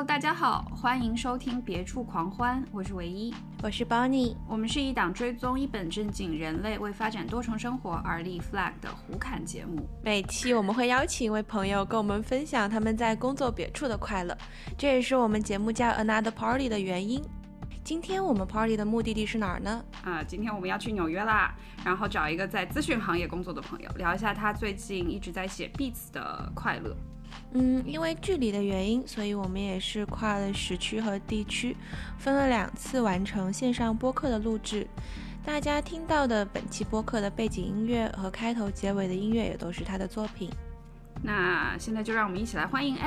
大家好，欢迎收听别处狂欢，我是唯一， 我是 Bonnie， 我们是一档追踪一本正经人类为发展多重生活而立 flag 的胡侃节目。 每期我们会邀请一位朋友跟我们分享他们在工作别处的快乐，这也是我们节目叫 Another Party 的原因。今天我们 party 的目的地是哪儿呢？ 今天我们要去纽约啦，然后找一个在咨询行业工作的朋友，聊一下他最近一直在写 beats 的快乐。 因为距离的原因，所以我们也是跨了时区和地区，分了2次完成线上播客的录制。大家听到的本期播客的背景音乐和开头结尾的音乐也都是他的作品。那现在就让我们一起来欢迎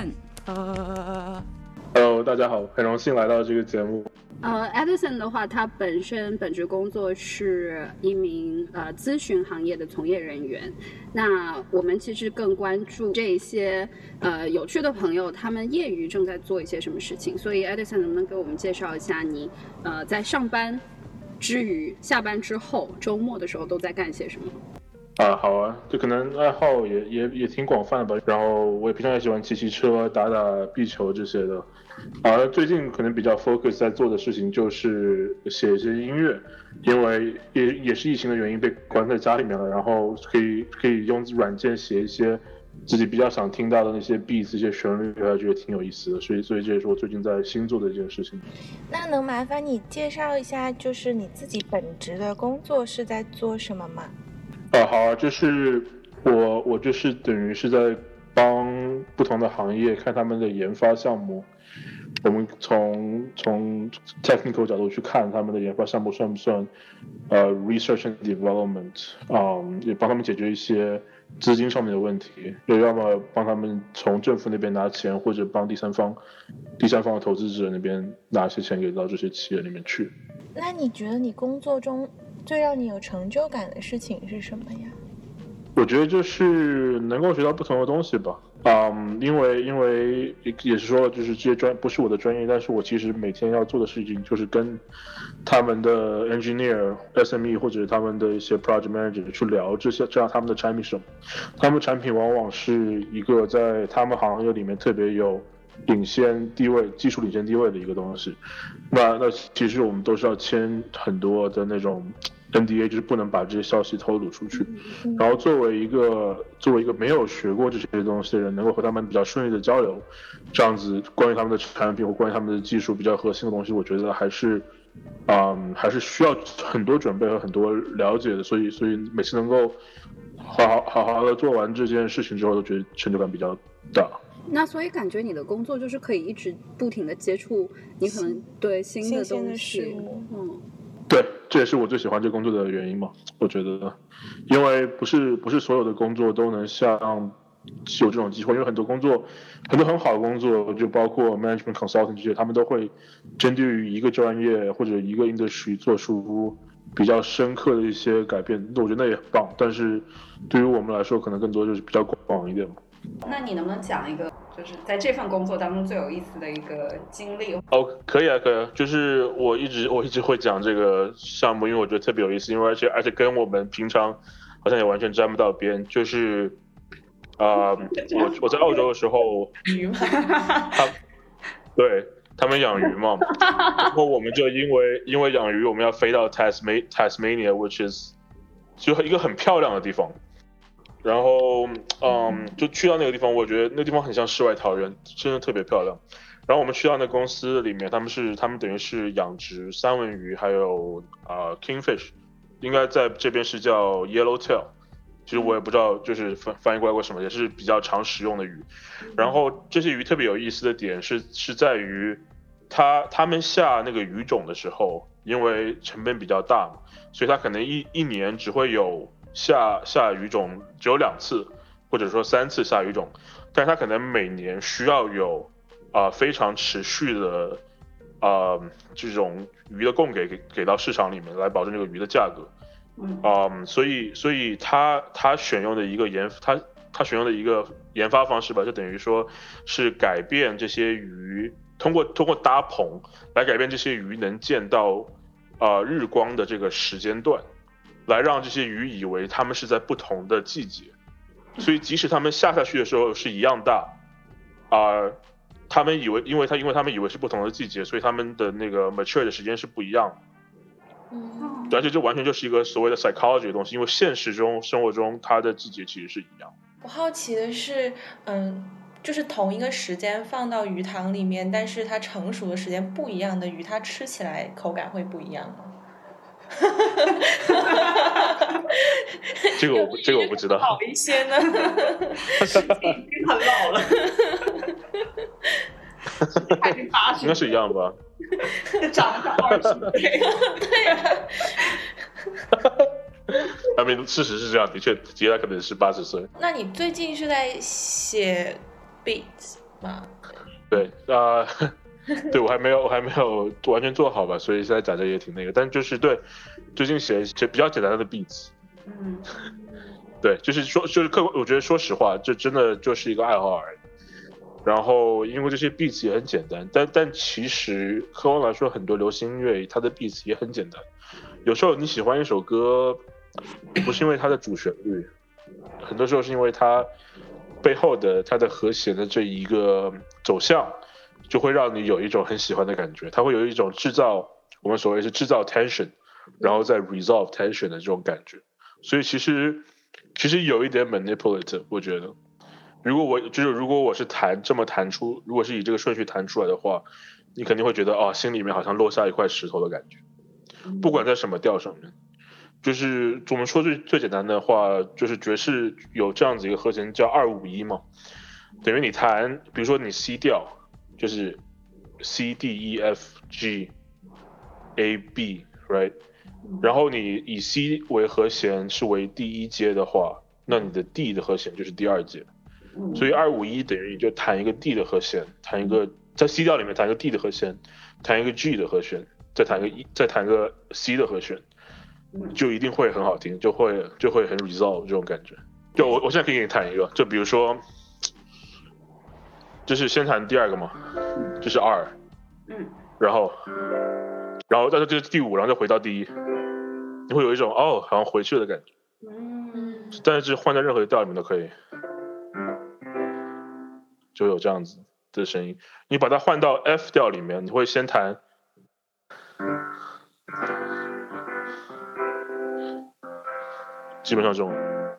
Edison。Hello， 大家好，很荣幸来到这个节目。 Edison 的话，他本职工作是一名咨询行业的从业人员。那我们其实更关注这些有趣的朋友，他们业余正在做一些什么事情。所以 Edison 能不能给我们介绍一下你在上班之余、下班之后、周末的时候都在干些什么？ 好啊，这可能爱好也挺广泛的吧。然后我也平常也喜欢骑车、打壁球这些的。最近可能比较 focus 在做的事情就是写一些音乐，因为也是疫情的原因被关在家里面了，然后可以用软件写一些自己比较想听到的那些 beats、一些旋律，我觉得挺有意思的。所以这也是我最近在新做的一件事情。 那能麻烦你介绍一下，就是你自己本职的工作是在做什么吗？ 好啊，就是我就是等于是在帮不同的行业看他们的研发项目，我们从 technical 角度去看他们的研发项目算不算research and development， 也帮他们解决一些资金上面的问题，要么帮他们从政府那边拿钱，或者帮第三方的投资者那边拿些钱给到这些企业里面去。 那你觉得你工作中最让你有成就感的事情是什么呀？ 我觉得就是能够学到不同的东西吧。因为也是说，就是这些不是我的专业，但是我其实每天要做的事情就是跟他们的 engineer、SME 或者他们的一些 project manager 去聊这样他们的产品是什么。他们产品往往是一个在他们行业里面特别有领先地位、技术领先地位的一个东西。那其实我们都是要签很多的那种NDA， 就是不能把这些消息透露出去。然后作为一个没有学过这些东西的人，能够和他们比较顺利的交流，这样子关于他们的产品或关于他们的技术比较核心的东西，我觉得还是需要很多准备和很多了解的。所以每次能够好好的做完这件事情之后，都觉得成就感比较大。 那所以感觉你的工作就是可以一直不停的接触你可能对新的东西。 对，这也是我最喜欢这工作的原因嘛。我觉得，因为不是所有的工作都能像有这种机会，因为很多工作，很多很好的工作，就包括 management consulting 这些，他们都会针对于一个专业或者一个 industry 做出比较深刻的一些改变。我觉得那也很棒，但是对于我们来说，可能更多就是比较广一点嘛。 那你能不能讲一个就是在这份工作当中最有意思的一个经历？ 可以啊。就是我一直会讲这个项目，因为我觉得特别有意思，因为而且跟我们平常好像也完全沾不到边。就是我在澳洲的时候， 鱼吗？ 对，他们养鱼嘛，然后我们就因为养鱼，我们要飞到 Tasmania，which is 就一个很漂亮的地方。然后就去到那个地方，我觉得那地方很像世外桃源，真的特别漂亮。然后我们去到那公司里面，他们等于是养殖三文鱼，还有kingfish， 应该在这边是叫 yellowtail， 其实我也不知道就是翻译过来为什么，也是比较常食用的鱼。然后这些鱼特别有意思的点是在于他们下那个鱼种的时候，因为成本比较大嘛，所以他可能一年只会有下鱼种只有2次，或者说3次下鱼种，但是它可能每年需要有非常持续的这种鱼的供给到市场里面，来保证这个鱼的价格。所以他选用的一个他选用的一个研发方式吧，就等于说是改变这些鱼，通过搭棚来改变这些鱼能见到日光的这个时间段。来让这些鱼以为它们是在不同的季节，所以即使它们下去的时候是一样大， 他们以为，因为他们以为是不同的季节，所以他们的那个 mature 的时间是不一样的。而且这完全就是一个所谓的 psychology 的东西，因为现实中生活中它的季节其实是一样。 我好奇的是，就是同一个时间放到鱼塘里面，但是它成熟的时间不一样的鱼，它吃起来口感会不一样吗？ 这个我不知道。 好一些呢。 已经很老了。 应该是一样吧。 长20岁。 对呀。 I mean, 事实是这样，的确，吉拉可能是80岁。 那你最近是在写 beats 吗？ 对对，我还没有完全做好吧，所以现在讲着也挺那个，但就是对，最近写比较简单的 beats。对，就是我觉得说实话，这真的就是一个爱好而已。然后因为这些 beats 也很简单，但其实客观来说，很多流行音乐它的 beats 也很简单。有时候你喜欢一首歌，不是因为它的主旋律，很多时候是因为它背后的它的和弦的这一个走向，就会让你有一种很喜欢的感觉。它会有一种我们所谓是制造 tension， 然后再 resolve tension 的这种感觉。所以其实有一点 manipulative， 我觉得。如果我是如果是以这个顺序弹出来的话，你肯定会觉得心里面好像落下一块石头的感觉。不管在什么调上面，就是我们说最简单的话，就是爵士有这样子一个和弦叫251嘛，等于你弹，比如说你 C 调就是 C D E F G A B right， 然后你以 C 为和弦是为第一阶的话，那你的 D 的和弦就是第二阶，所以251等于你就弹一个 D 的和弦，弹一个在 C 调里面弹一个 D 的和弦，弹一个 G 的和弦，再弹个 C 的和弦，就一定会很好听，就会很 resolve 这种感觉。就我现在可以给你弹一个，就比如说，就是先弹第二个嘛，就是2，然后再这是第5，然后再回到第1，你会有一种好像回去的感觉。但是换在任何调里面都可以，就有这样子的声音。你把它换到 F 调里面，你会先弹。基本上这种，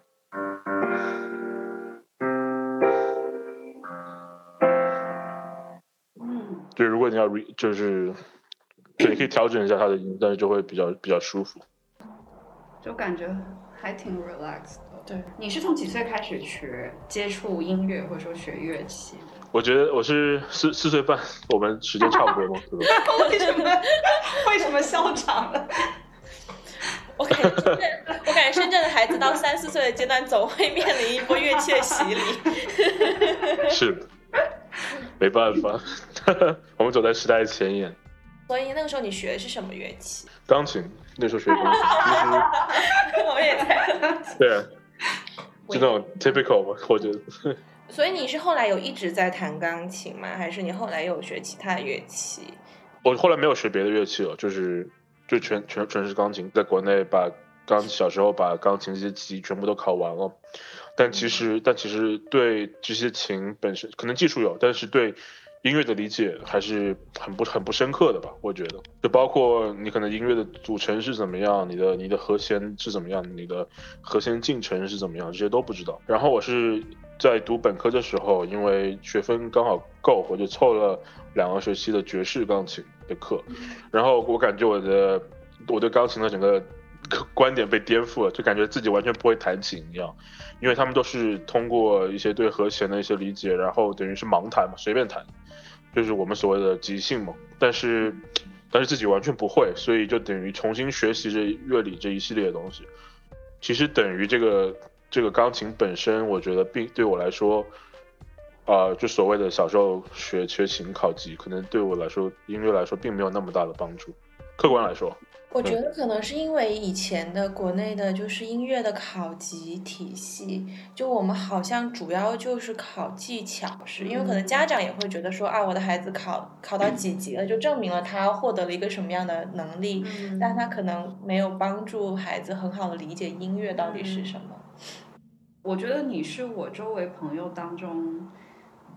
对，如果你要就是对，你可以调整一下它的音，但是就会比较舒服， 就感觉还挺 relaxed 的。 对， 你是从几岁开始接触音乐或者说学乐器？ 我觉得我是4岁半，我们时间差不多吗？ 为什么校长了？ 我感觉深圳的孩子到3、4岁的阶段，总会面临一波乐器的洗礼。 是的，没办法，我们走在时代的前沿。 所以那个时候你学的是什么乐器？ 钢琴，那时候学钢琴。 我也在。 对，就那种 typical 嘛，我觉得。 所以你是后来有一直在弹钢琴吗？还是你后来有学其他的乐器？ 我后来没有学别的乐器了，就全是钢琴。在国内小时候把钢琴这些级全部都考完了，但其实对这些琴本身可能技术有，但是对音乐的理解还是很不深刻的吧，我觉得。就包括你可能音乐的组成是怎么样，你的和弦是怎么样，你的和弦进程是怎么样，这些都不知道。然后我是在读本科的时候，因为学分刚好够，我就凑了2个学期的爵士钢琴的课，然后我感觉我对钢琴的整个观点被颠覆了，就感觉自己完全不会弹琴一样，因为他们都是通过一些对和弦的一些理解，然后等于是盲弹嘛，随便弹，就是我们所谓的即兴嘛，但是自己完全不会，所以就等于重新学习这乐理这一系列的东西。其实等于这个钢琴本身，我觉得并对我来说，就所谓的小时候学琴考级，可能对我来说音乐来说并没有那么大的帮助。客观来说， 我觉得可能是因为以前的国内的就是音乐的考级体系，就我们好像主要就是考技巧，是因为可能家长也会觉得说我的孩子考到几级了，就证明了他获得了一个什么样的能力，但他可能没有帮助孩子很好的理解音乐到底是什么。 我觉得你是我周围朋友当中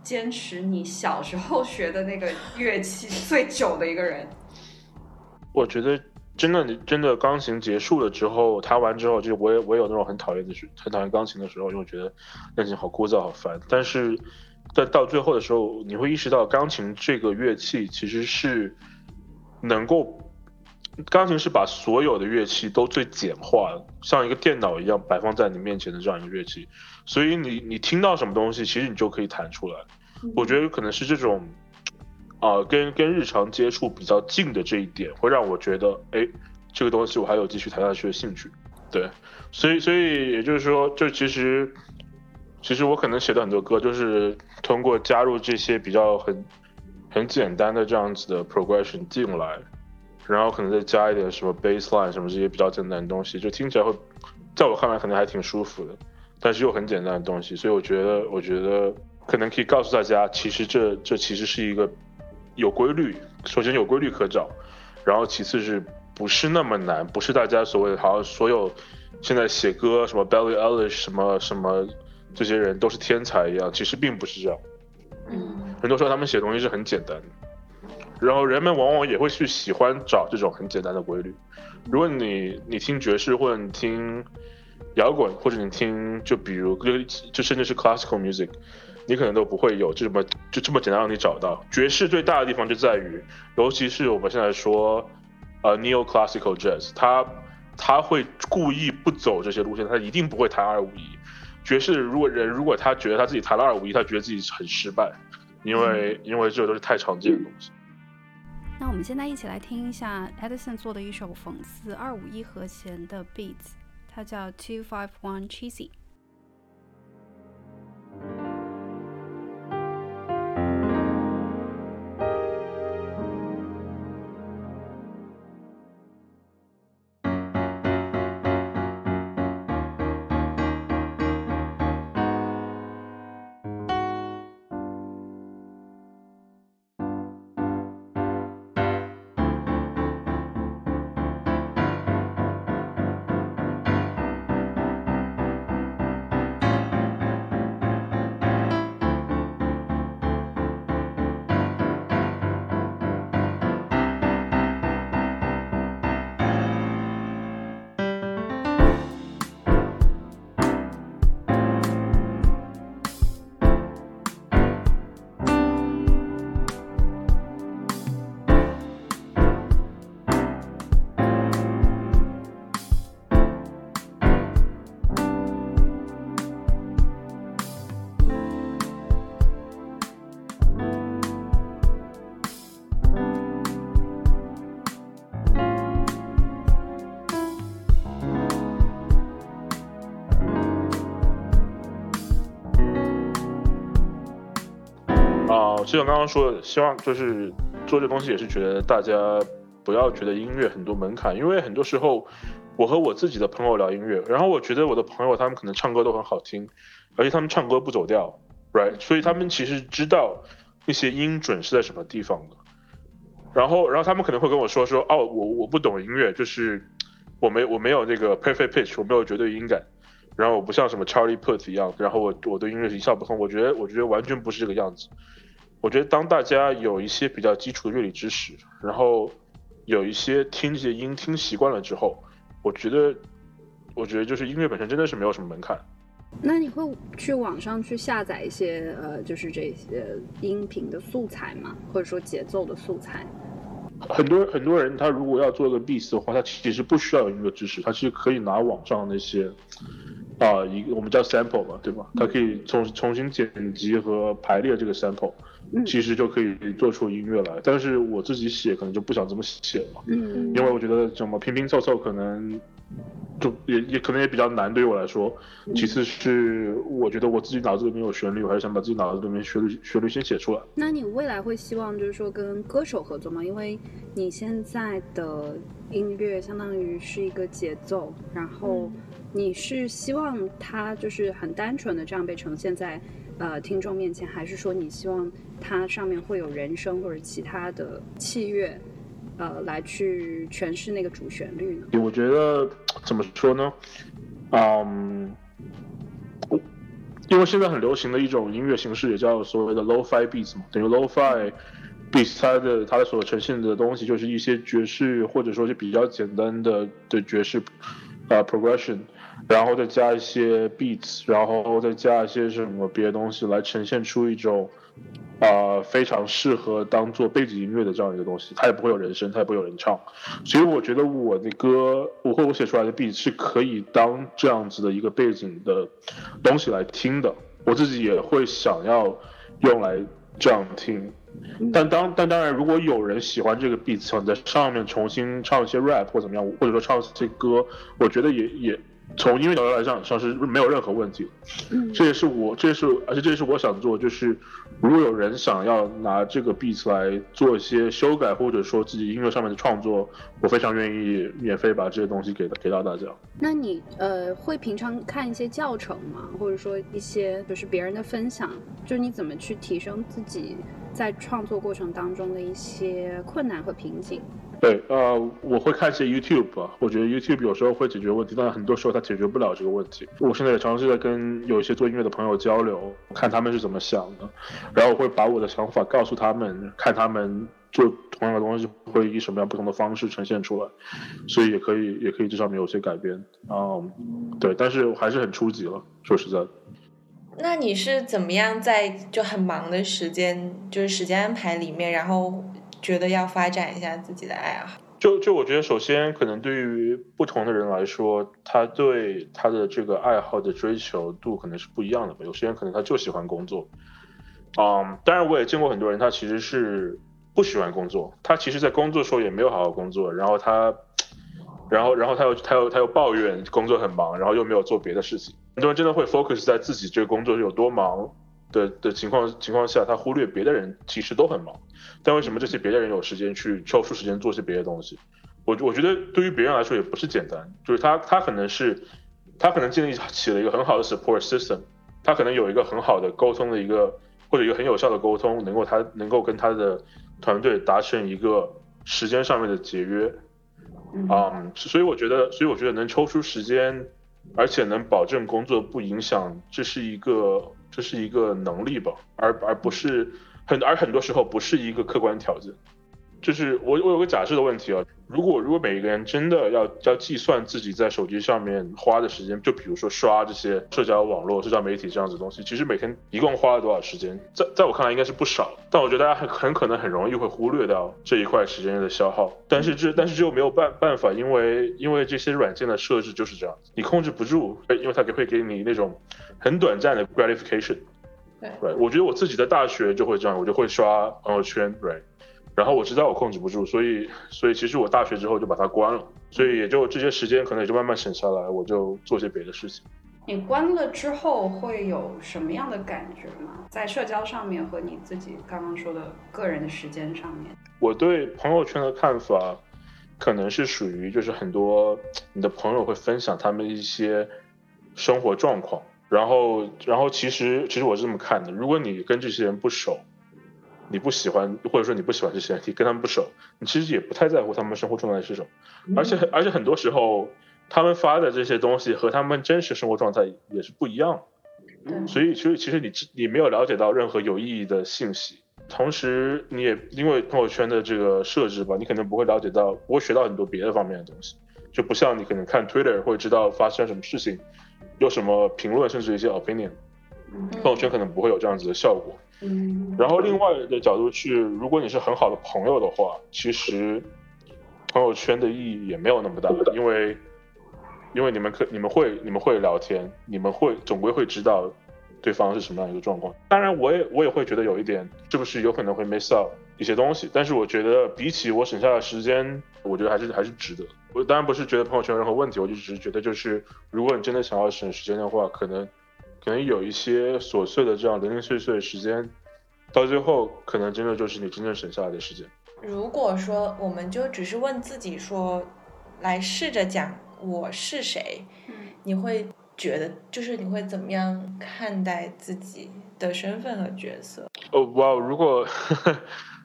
坚持你小时候学的那个乐器最久的一个人？ 我觉得真的钢琴结束了之后，弹完之后，就我也有那种很讨厌钢琴的时候，因为我觉得练琴好枯燥好烦。但是到最后的时候，你会意识到钢琴这个乐器其实是能够，钢琴是把所有的乐器都最简化，像一个电脑一样摆放在你面前的这样一个乐器，所以你听到什么东西，其实你就可以弹出来。我觉得可能是这种。跟日常接触比较近的这一点，会让我觉得，哎，这个东西我还有继续弹下去的兴趣。对，所以也就是说，就其实我可能写的很多歌，就是通过加入这些比较很简单的这样子的 progression 进来，然后可能再加一点什么 bassline 什么这些比较简单的东西，就听起来会，在我看来可能还挺舒服的，但是又很简单的东西，所以我觉得可能可以告诉大家，其实这其实是一个。有规律，首先有规律可找，然后其次是不是那么难，不是大家所谓的好像所有现在写歌什么 Billie Eilish 什么这些人都是天才一样，其实并不是这样。很多时候他们写东西是很简单的，然后人们往往也会去喜欢找这种很简单的规律。如果你听爵士，或者你听摇滚，或者你听就比如就甚至是 classical music。你可能都不会有这么简单让你找到。爵士最大的地方就在于，尤其是我们现在说neo-classical jazz， 他会故意不走这些路线，他一定不会弹251。爵士如果他觉得他自己弹了251，他觉得自己很失败，因为这都是太常见的东西。 那我们现在一起来听一下 Edison 做的一首讽刺251和弦的 beats， 它叫 251 Cheesy。 就像刚刚说的，希望就是做这东西也是觉得大家不要觉得音乐很多门槛，因为很多时候我和我自己的朋友聊音乐，然后我觉得我的朋友他们可能唱歌都很好听，而且他们唱歌不走调 ，right？ 所以他们其实知道那些音准是在什么地方的，然后他们可能会跟我说哦，我不懂音乐，就是我没有那个 perfect pitch， 我没有绝对音感。然后我不像什么 Charlie Puth 一样，然后我对音乐一窍不通。我觉得完全不是这个样子。我觉得当大家有一些比较基础的乐理知识，然后有一些听这些音听习惯了之后，我觉得就是音乐本身真的是没有什么门槛。 那你会去网上去下载一些就是这些音频的素材吗？或者说节奏的素材？ 很多人他如果要做一个 beat 的话，他其实不需要有音乐知识，他其实可以拿网上那些一个我们叫 sample 嘛，对吧？他可以重新剪辑和排列这个 sample，其实就可以做出音乐来。但是我自己写可能就不想这么写了，因为我觉得怎么拼拼凑凑可能就也可能也比较难对于我来说。其次是我觉得我自己脑子里面有旋律，我还是想把自己脑子里面旋律先写出来。 那你未来会希望就是说跟歌手合作吗？因为你现在的音乐相当于是一个节奏，然后你是希望它就是很单纯的这样被呈现在听众面前，还是说你希望它上面会有人声或者其他的器乐来去诠释那个主旋律呢？ 因为现在很流行的一种音乐形式也叫所谓的 lo-fi beats 嘛，等于 lo-fi beats 它的所呈现的东西就是一些爵士或者说是比较简单的爵士progression， 然后再加一些 beats， 然后再加一些什么别的东西来呈现出一种非常适合当做背景音乐的这样一个东西，它也不会有人声，它也不会有人唱，所以我觉得我的歌我写出来的 beat 是可以当这样子的一个背景的东西来听的，我自己也会想要用来这样听。但当然，如果有人喜欢这个 beat， 想在上面重新唱一些 rap 或怎么样，或者说唱一些歌，我觉得也从音乐角度来讲是没有任何问题的。而且这也是我想做，就是如果有人想要拿这个 beat 来做一些修改，或者说自己音乐上面的创作，我非常愿意免费把这些东西给到大家。 那你会平常看一些教程吗？或者说一些就是别人的分享，就是你怎么去提升自己在创作过程当中的一些困难和瓶颈？ 对，我会看一些 YouTube 吧，我觉得 YouTube 有时候会解决问题，但很多时候它解决不了这个问题。我现在也尝试在跟有一些做音乐的朋友交流，看他们是怎么想的，然后我会把我的想法告诉他们，看他们做同样的东西会以什么样不同的方式呈现出来，所以也可以这上面有些改变。对，但是还是很初级了，说实在的。 那你是怎么样在就很忙的时间，就是时间安排里面，然后觉得要发展一下自己的爱好？ 就我觉得，首先可能对于不同的人来说，他对他的这个爱好的追求度可能是不一样的吧。有些人可能他就喜欢工作，当然我也见过很多人，他其实是不喜欢工作，他其实在工作的时候也没有好好工作，然后他又抱怨工作很忙，然后又没有做别的事情。很多人真的会 focus 在自己这个工作有多忙的情况下，他忽略别的人其实都很忙。但为什么这些别的人有时间去抽出时间做些别的东西？我觉得对于别人来说也不是简单，就是他可能建立起了一个很好的 support system， 他可能有一个很好的沟通的或者一个很有效的沟通，能够跟他的团队达成一个时间上面的节约。所以我觉得能抽出时间，而且能保证工作不影响，这是一个能力吧，而不是很多时候不是一个客观条件。就是我有个假设的问题啊，如果每个人真的要计算自己在手机上面花的时间，就比如说刷这些社交网络、社交媒体这样子的东西，其实每天一共花了多少时间，在我看来应该是不少，但我觉得大家很可能很容易会忽略掉这一块时间的消耗。但是这又没有办法，因为这些软件的设置就是这样，你控制不住，因为它会给你那种很短暂的 gratification。对，我觉得我自己在大学就会这样，我就会刷朋友圈，对。然后我知道我控制不住，所以其实我大学之后就把它关了，所以也就这些时间可能也就慢慢省下来，我就做些别的事情。 你关了之后会有什么样的感觉吗？在社交上面和你自己刚刚说的个人的时间上面？我对朋友圈的看法可能是属于就是很多你的朋友会分享他们一些生活状况，然后其实我是这么看的，如果你跟这些人不熟，你不喜欢，或者说你不喜欢这些人，你跟他们不熟，你其实也不太在乎他们生活状态是什么。而且很多时候，他们发的这些东西和他们真实生活状态也是不一样的。所以其实你没有了解到任何有意义的信息，同时你也因为朋友圈的这个设置吧，你可能不会学到很多别的方面的东西，就不像你可能看 Twitter 会知道发生什么事情，有什么评论，甚至一些 opinion。朋友圈可能不会有这样子的效果。然后另外的角度是，如果你是很好的朋友的话，其实朋友圈的意义也没有那么大，因为你们会聊天，你们总归会知道对方是什么样一个状况。当然我也会觉得有一点是不是有可能会 miss out 一些东西，但是我觉得比起我省下的时间，我觉得还是值得。我当然不是觉得朋友圈有任何问题，我就只是觉得就是如果你真的想要省时间的话，可能有一些琐碎的这样零零碎碎的时间，到最后可能真的就是你真正省下来的时间。 如果说我们就只是问自己说，来试着讲我是谁，你会觉得就是你会怎么样看待自己的身份和角色？ 如果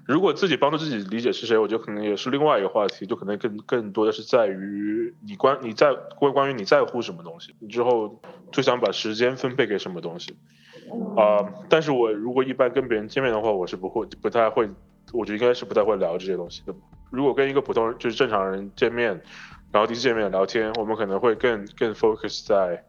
如果自己帮助自己理解是谁，我觉得可能也是另外一个话题，就可能更多的是在于关于你在乎什么东西，你之后就想把时间分配给什么东西。但是我如果一般跟别人见面的话，我是不太会，我觉得应该是不太会聊这些东西的。如果跟一个普通人就是正常人见面，然后第一次见面聊天，我们可能会更 focus 在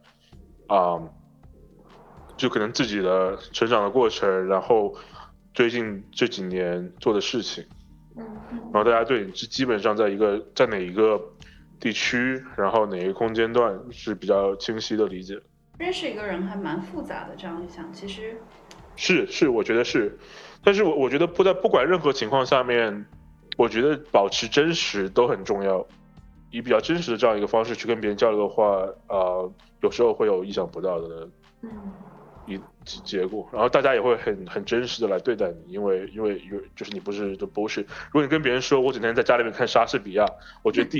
就可能自己的成长的过程，然后最近这几年做的事情，然后大家对你基本上在哪一个地区，然后哪一个空间段是比较清晰的理解。 认识一个人还蛮复杂的，这样一想，其实是，我觉得是，但是我觉得不管任何情况下面，我觉得保持真实都很重要。以比较真实的这样一个方式去跟别人交流的话，有时候会有意想不到的结果，然后大家也会很真实的来对待你，因为就是你不是就bullshit。如果你跟别人说我整天在家里面看莎士比亚，我觉得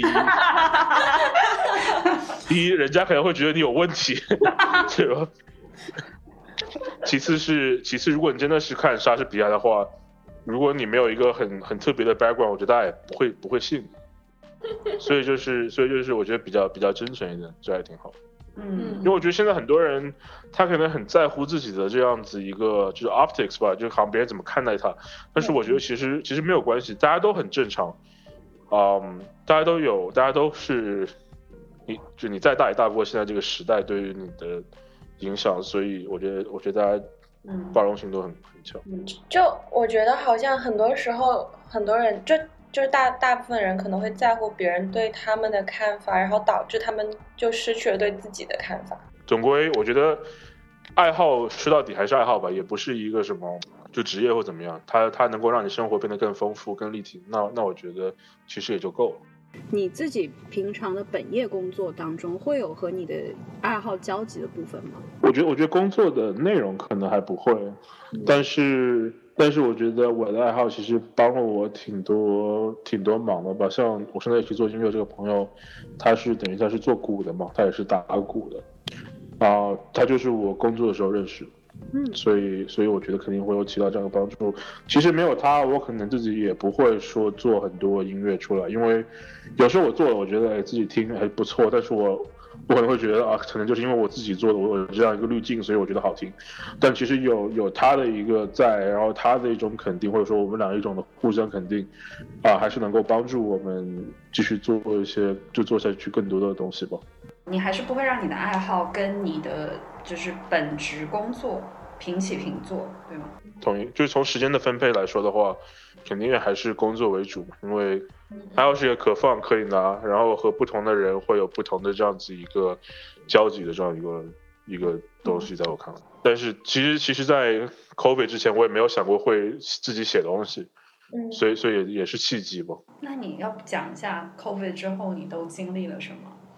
第一人家可能会觉得你有问题，对吧？其次如果你真的是看莎士比亚的话，如果你没有一个很特别的 background， 我觉得大家也不会信你。所以就是我觉得比较真诚一点，这还挺好。因为我觉得现在很多人他可能很在乎自己的这样子一个就是 optics 吧，就好像别人怎么看待他，但是我觉得其实没有关系，大家都很正常，大家都是你再大也大不过现在这个时代对于你的影响，所以我觉得大家包容性都很强。 就我觉得好像很多时候很多人就是大部分人可能会在乎别人对他们的看法，然后导致他们就失去了对自己的看法。 总归我觉得爱好说到底还是爱好吧，也不是一个什么就职业或怎么样，它能够让你生活变得更丰富更立体，那我觉得其实也就够了。 你自己平常的本业工作当中会有和你的爱好交集的部分吗？ 我觉得工作的内容可能还不会，但是我觉得我的爱好其实帮了我挺多忙的吧。像我现在一起做音乐这个朋友，他是做鼓的嘛，他也是打鼓的，他就是我工作的时候认识的。所以我觉得肯定会有起到这样的帮助。其实没有他，我可能自己也不会说做很多音乐出来，因为有时候我做了，我觉得自己听还不错，但是我可能会觉得可能就是因为我自己做的，我有这样一个滤镜，所以我觉得好听。但其实有他的一个在，然后他的一种肯定，或者说我们俩一种的互相肯定，还是能够帮助我们继续做下去更多的东西吧。 你还是不会让你的爱好跟你的就是本职工作平起平坐，对吗？ 同意，就是从时间的分配来说的话，肯定还是工作为主，因为还要是一个可放可以拿，然后和不同的人会有不同的这样子一个交集的这样一个东西，在我看来。但是其实在 COVID 之前，我也没有想过会自己写东西，所以也是契机吧。 那你要讲一下 COVID 之后你都经历了什么？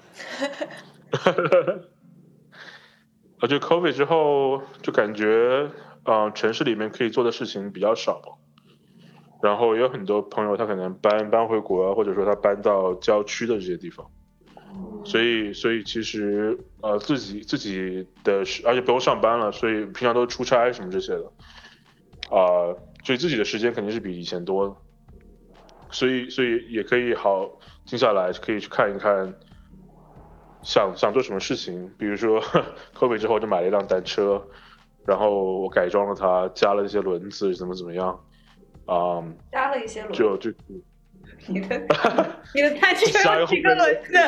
就 COVID 之后就感觉城市里面可以做的事情比较少，然后有很多朋友他可能搬回国啊，或者说他搬到郊区的这些地方，所以其实自己的而且不用上班了，所以平常都出差什么这些的，所以自己的时间肯定是比以前多的，所以也可以好静下来，可以去看一看想做什么事情。比如说 COVID 之后就买了一辆单车，然后我改装了它，加了一些轮子，怎么样， 加了一些轮子， 就你的单车有几个轮子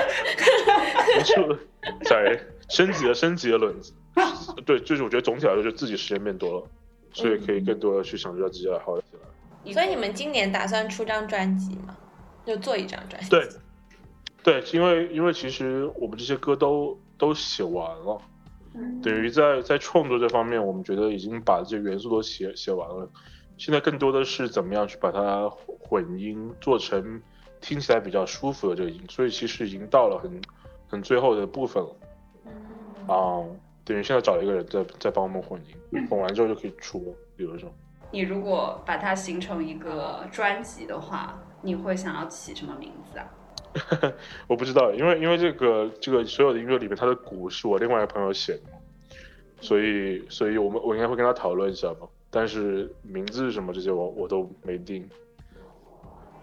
？sorry， 升级了轮子。对，就是我觉得总体来说就自己时间变多了，所以可以更多的去享受自己的爱好起来。 所以你们今年打算出张专辑吗？就做一张专辑？ 对，因为其实我们这些歌都写完了，等于在创作这方面，我们觉得已经把这些元素都写完了。现在更多的是怎么样去把它混音，做成听起来比较舒服的这个音，所以其实已经到了很最后的部分了。等于现在找一个人在帮我们混音，混完之后就可以出了，比如说。 你如果把它形成一个专辑的话，你会想要起什么名字啊？ 我不知道，因为这个所有的音乐里面，它的鼓是我另外一个朋友写的，所以我应该会跟他讨论一下吧。但是名字什么这些我都没定。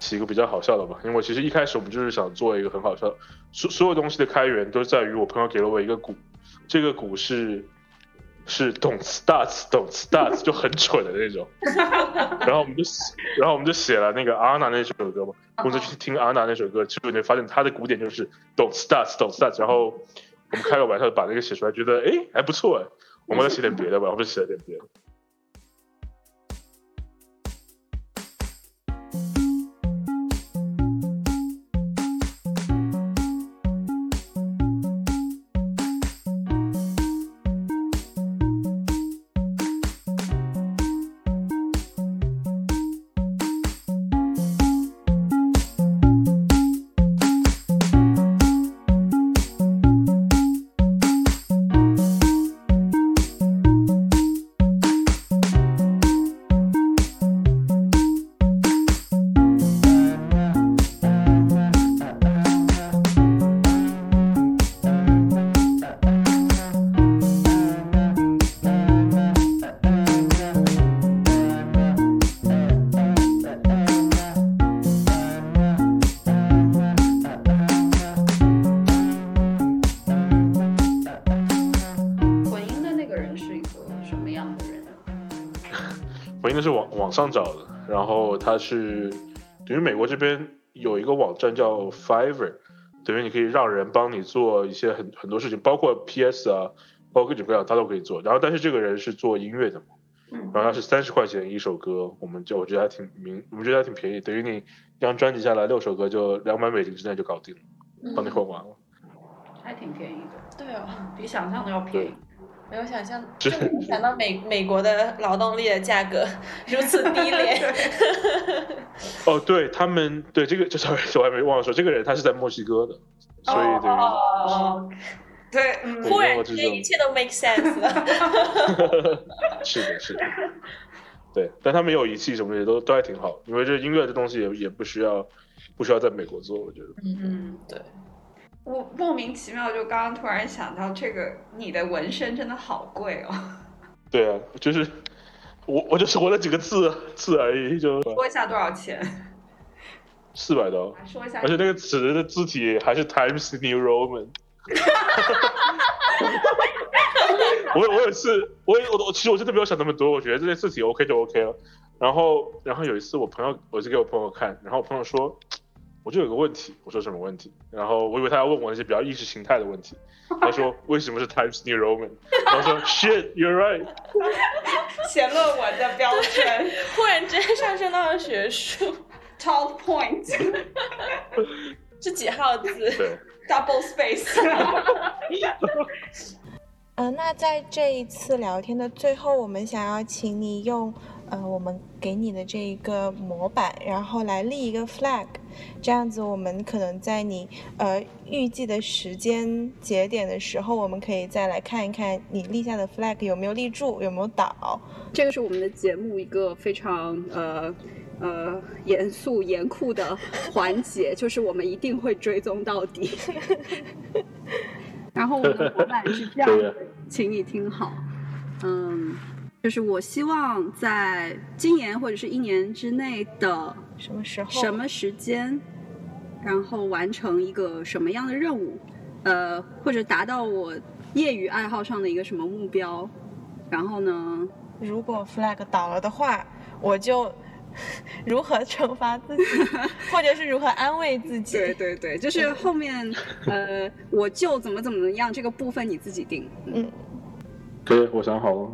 起一个比较好笑的吧，因为其实一开始我们就是想做一个很好笑，所有东西的开源都在于我朋友给了我一个鼓，这个鼓是懂 starts 就很蠢的那种，然后我们就写了那个阿娜那首歌嘛，我们就去听阿娜那首歌，结果你发现他的鼓点就是懂 starts， 然后我们开个玩笑把那个写出来，觉得还不错我们要写点别的吧，我们就写了点别的。是网上找的，然后它是等于美国这边有一个网站叫 Fiverr， 等于你可以让人帮你做一些很多事情，包括 PS 啊，包括各种各样他都可以做。然后但是这个人是做音乐的嘛，然后他是30块钱一首歌，我觉得还挺便宜，等于你一张专辑下来6首歌就$200之内就搞定了，帮你混完了， 还挺便宜的。 对哦， 比想象的要便宜。 没有想象，就没有想到美国的劳动力的价格如此低廉。 哦，对他们，对这个就是我还没忘了说，这个人他是在墨西哥的，所以等于对， 忽然之间一切都 make sense 了。 是的，对，但他们有仪器什么的都还挺好，因为这音乐这东西也不需要在美国做，我觉得。 对。 我莫名其妙就刚刚突然想到，这个你的纹身真的好贵哦。 对啊，就是我就说了几个字而已，就说一下多少钱 ？$400。 说一下， 而且那个词的字体还是 Times New Roman。我有一次，其实我真的没有想那么多，我觉得这些字体 OK 就 OK 了。然后有一次我就给我朋友看，然后我朋友说。我就有个问题，我说什么问题？然后我以为他要问我那些比较意识形态的问题。他说为什么是 Times New Roman？ 然后说 Shit, you're right。 写论文的标准， 忽然之间上升到了学术。 Top point。 是几号字？ 对 ，double space。 那在这一次聊天的最后，我们想要请你用我们给你的这一个模板，然后来立一个 flag， 这样子我们可能在你预计的时间节点的时候，我们可以再来看一看你立下的 flag 有没有立住，有没有倒。 这个是我们的节目一个非常严肃严酷的环节，就是我们一定会追踪到底。然后我们的模板是这样的，请你听好。就是我希望在今年或者是1年之内的什么时候、 什么时间，然后完成一个什么样的任务，或者达到我业余爱好上的一个什么目标。然后呢， 如果 flag 倒了的话，我就如何惩罚自己，或者是如何安慰自己。 对，就是后面我就怎么样这个部分你自己定。 可以，我想好了。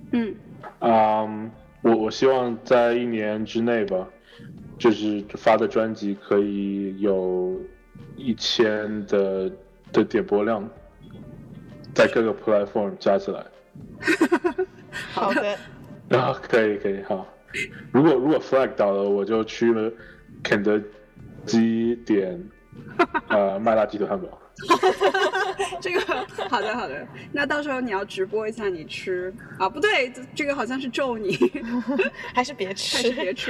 我希望在1年之内吧，就是发的专辑可以有1000的点播量，在各个 platform 加起来。 好的。 可以好。如果 flag 倒了，我就去了肯德基点麦辣鸡腿汉堡。 这个好的，那到时候你要直播一下你吃啊？不对，这个好像是咒你， 还是别吃。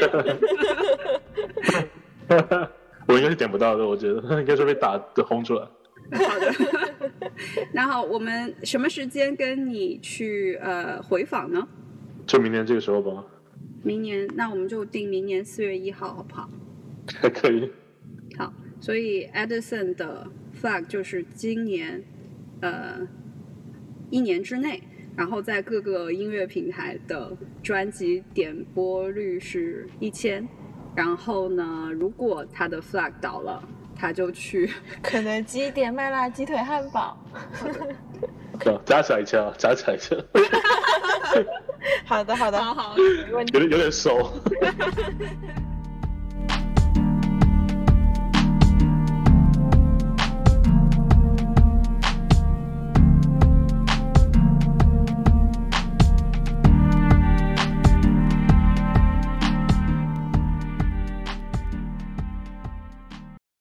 我应该是点不到的，我觉得应该是被打的轰出来。 好的，然后我们什么时间跟你去回访呢？ 就明年这个时候吧。 明年，那我们就定明年4月1号，好不好？ 可以。 好，所以 Edison 的 flag 就是今年1年之内，然后在各个音乐平台的专辑点播率是1000，然后呢，如果他的 flag 倒了，他就去肯德基点麦辣鸡腿汉堡。 加起来一下，加起来一下。 好的， 好， 没问题。 有点熟。